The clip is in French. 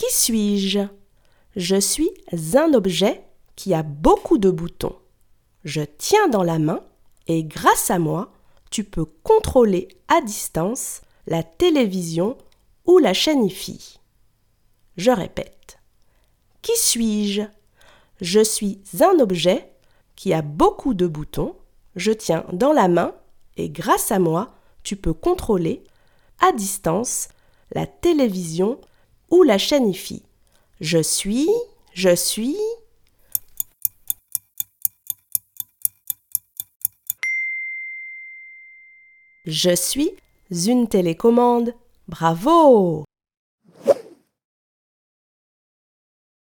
Qui suis-je? Je suis un objet qui a beaucoup de boutons. Je tiens dans la main et grâce à moi, tu peux contrôler à distance la télévision ou la chaîne IFI. Je répète. Qui suis-je? Je suis un objet qui a beaucoup de boutons. Je tiens dans la main et grâce à moi, tu peux contrôler à distance la télévision ou la chaîne IFI. Je suis... Je suis une télécommande. Bravo!